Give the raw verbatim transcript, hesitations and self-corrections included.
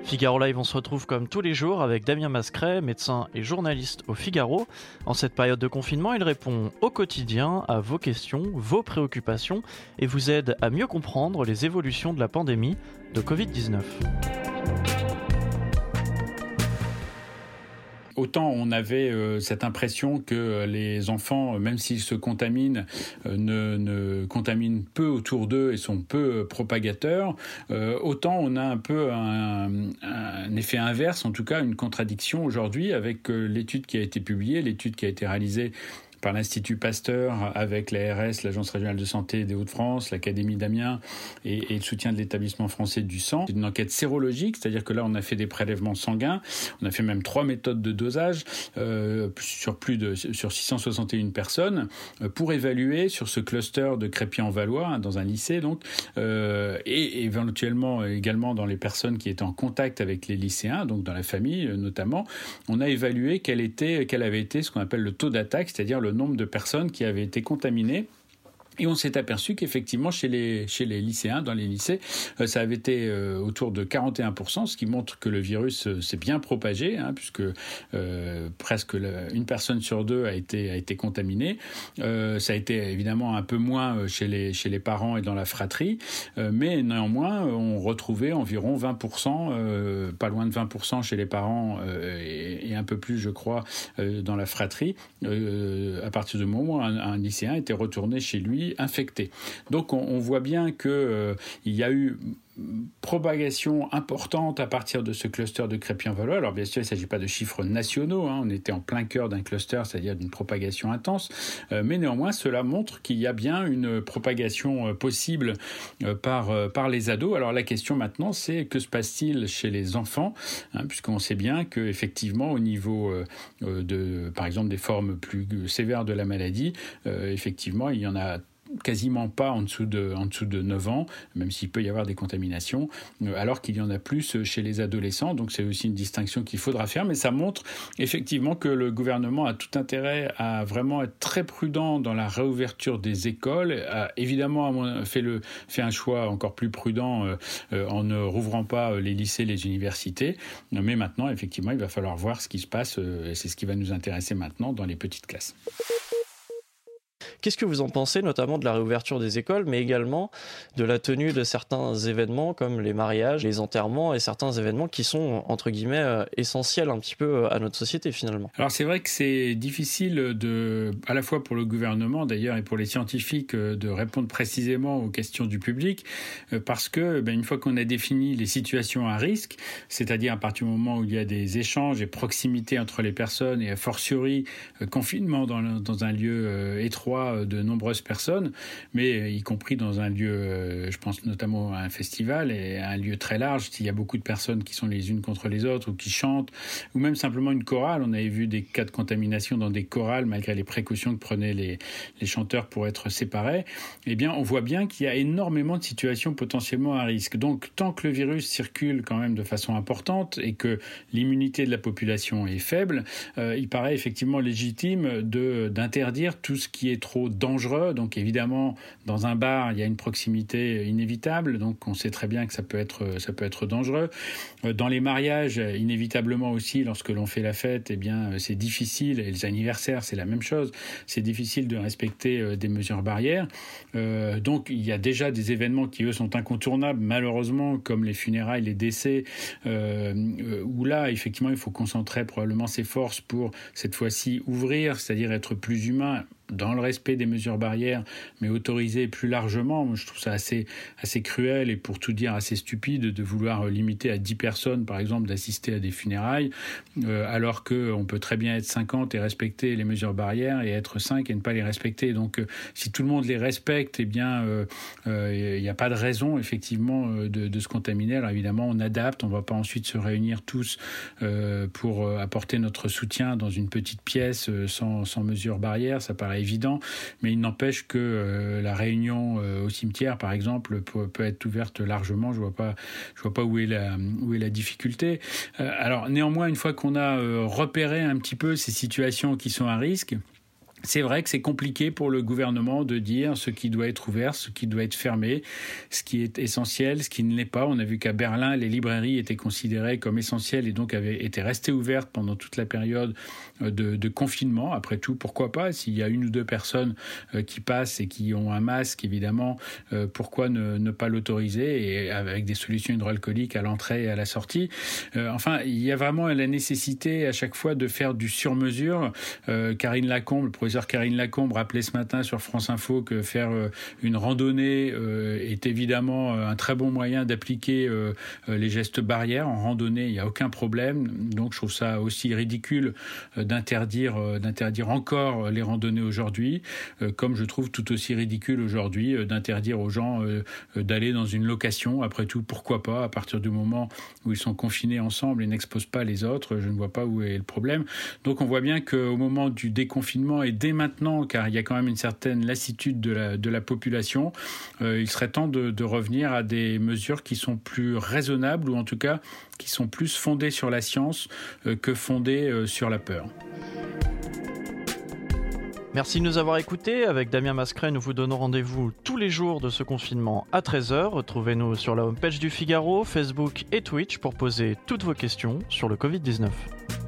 Figaro Live, on se retrouve comme tous les jours avec Damien Mascret, médecin et journaliste au Figaro. En cette période de confinement, il répond au quotidien à vos questions, vos préoccupations et vous aide à mieux comprendre les évolutions de la pandémie de covid dix-neuf. Autant on avait euh, cette impression que les enfants, même s'ils se contaminent, euh, ne, ne contaminent peu autour d'eux et sont peu propagateurs, euh, autant on a un peu un, un effet inverse, en tout cas une contradiction aujourd'hui avec euh, l'étude qui a été publiée, l'étude qui a été réalisée par l'Institut Pasteur avec l'A R S, l'Agence régionale de santé des Hauts-de-France, l'Académie d'Amiens et, et le soutien de l'établissement français du sang. C'est une enquête sérologique, c'est-à-dire que là on a fait des prélèvements sanguins, on a fait même trois méthodes de dosage euh, sur plus de sur six cent soixante et une personnes euh, pour évaluer sur ce cluster de Crépy-en-Valois hein, dans un lycée donc euh, et éventuellement également dans les personnes qui étaient en contact avec les lycéens, donc dans la famille euh, notamment, on a évalué quel était quel avait été ce qu'on appelle le taux d'attaque, c'est-à-dire le le nombre de personnes qui avaient été contaminées. Et on s'est aperçu qu'effectivement, chez les, chez les lycéens, dans les lycées, euh, ça avait été euh, autour de quarante et un pour cent, ce qui montre que le virus euh, s'est bien propagé, hein, puisque euh, presque le, une personne sur deux a été, a été contaminée. Euh, ça a été évidemment un peu moins chez les, chez les parents et dans la fratrie, euh, mais néanmoins, on retrouvait environ vingt pour cent, euh, pas loin de vingt pour cent chez les parents euh, et, et un peu plus, je crois, euh, dans la fratrie, euh, à partir du moment où un, un lycéen était retourné chez lui infectés. Donc on, on voit bien qu'il euh, y a eu propagation importante à partir de ce cluster de Crépy-en-Valois. Alors bien sûr, il ne s'agit pas de chiffres nationaux, hein. On était en plein cœur d'un cluster, c'est-à-dire d'une propagation intense, euh, mais néanmoins cela montre qu'il y a bien une propagation euh, possible euh, par, euh, par les ados. Alors la question maintenant, c'est que se passe-t-il chez les enfants, hein, puisqu'on sait bien qu'effectivement au niveau euh, de, par exemple, des formes plus sévères de la maladie, euh, effectivement il y en a quasiment pas en dessous de, en dessous de neuf ans, même s'il peut y avoir des contaminations, alors qu'il y en a plus chez les adolescents. Donc c'est aussi une distinction qu'il faudra faire, mais ça montre effectivement que le gouvernement a tout intérêt à vraiment être très prudent dans la réouverture des écoles, a évidemment fait, le, fait un choix encore plus prudent euh, en ne rouvrant pas les lycées, les universités, mais maintenant effectivement il va falloir voir ce qui se passe, et c'est ce qui va nous intéresser maintenant dans les petites classes. Qu'est-ce que vous en pensez, notamment de la réouverture des écoles, mais également de la tenue de certains événements comme les mariages, les enterrements et certains événements qui sont, entre guillemets, essentiels un petit peu à notre société finalement? Alors c'est vrai que c'est difficile, de, à la fois pour le gouvernement d'ailleurs et pour les scientifiques, de répondre précisément aux questions du public, parce que ben, une fois qu'on a défini les situations à risque, c'est-à-dire à partir du moment où il y a des échanges et proximité entre les personnes et a fortiori confinement dans, le, dans un lieu étroit de nombreuses personnes, mais y compris dans un lieu, je pense notamment à un festival et à un lieu très large, s'il y a beaucoup de personnes qui sont les unes contre les autres ou qui chantent, ou même simplement une chorale. On avait vu des cas de contamination dans des chorales, malgré les précautions que prenaient les, les chanteurs pour être séparés. Eh bien, on voit bien qu'il y a énormément de situations potentiellement à risque. Donc, tant que le virus circule quand même de façon importante et que l'immunité de la population est faible, euh, il paraît effectivement légitime de, d'interdire tout ce qui est trop dangereux. Donc évidemment, dans un bar, il y a une proximité inévitable, donc on sait très bien que ça peut être, ça peut être dangereux. Dans les mariages, inévitablement aussi, lorsque l'on fait la fête, eh bien, c'est difficile, et les anniversaires, c'est la même chose, c'est difficile de respecter des mesures barrières. Euh, donc il y a déjà des événements qui, eux, sont incontournables, malheureusement, comme les funérailles, les décès, euh, où là, effectivement, il faut concentrer probablement ses forces pour, cette fois-ci, ouvrir, c'est-à-dire être plus humain, dans le respect des mesures barrières, mais autorisé plus largement. Moi, je trouve ça assez, assez cruel et pour tout dire assez stupide de vouloir limiter à dix personnes, par exemple, d'assister à des funérailles, euh, alors qu'on peut très bien être cinquante et respecter les mesures barrières et être cinq et ne pas les respecter. Donc, euh, si tout le monde les respecte, eh bien, il euh, n'y euh, a pas de raison, effectivement, de, de se contaminer. Alors, évidemment, on adapte. On ne va pas ensuite se réunir tous euh, pour euh, apporter notre soutien dans une petite pièce euh, sans, sans mesures barrières. Ça paraît évident, mais il n'empêche que euh, la réunion euh, au cimetière, par exemple, peut, peut être ouverte largement. Je vois pas, je vois pas où est la, où est la difficulté. Euh, alors, néanmoins, une fois qu'on a euh, repéré un petit peu ces situations qui sont à risque, c'est vrai que c'est compliqué pour le gouvernement de dire ce qui doit être ouvert, ce qui doit être fermé, ce qui est essentiel, ce qui ne l'est pas. On a vu qu'à Berlin, les librairies étaient considérées comme essentielles et donc avaient été restées ouvertes pendant toute la période de, de confinement. Après tout, pourquoi pas? S'il y a une ou deux personnes qui passent et qui ont un masque, évidemment, pourquoi ne, ne pas l'autoriser, et avec des solutions hydroalcooliques à l'entrée et à la sortie. Enfin, il y a vraiment la nécessité à chaque fois de faire du sur-mesure. Karine Lacombe, le professeur Karine Lacombe rappelait ce matin sur France Info que faire euh, une randonnée euh, est évidemment un très bon moyen d'appliquer euh, les gestes barrières. En randonnée, il n'y a aucun problème. Donc je trouve ça aussi ridicule euh, d'interdire, euh, d'interdire encore les randonnées aujourd'hui, euh, comme je trouve tout aussi ridicule aujourd'hui euh, d'interdire aux gens euh, d'aller dans une location. Après tout, pourquoi pas, à partir du moment où ils sont confinés ensemble et n'exposent pas les autres, je ne vois pas où est le problème. Donc on voit bien qu'au moment du déconfinement et dès maintenant, car il y a quand même une certaine lassitude de la, de la population, euh, il serait temps de, de revenir à des mesures qui sont plus raisonnables, ou en tout cas qui sont plus fondées sur la science euh, que fondées euh, sur la peur. Merci de nous avoir écoutés. Avec Damien Mascret, nous vous donnons rendez-vous tous les jours de ce confinement à treize heures. Retrouvez-nous sur la homepage du Figaro, Facebook et Twitch pour poser toutes vos questions sur le covid dix-neuf.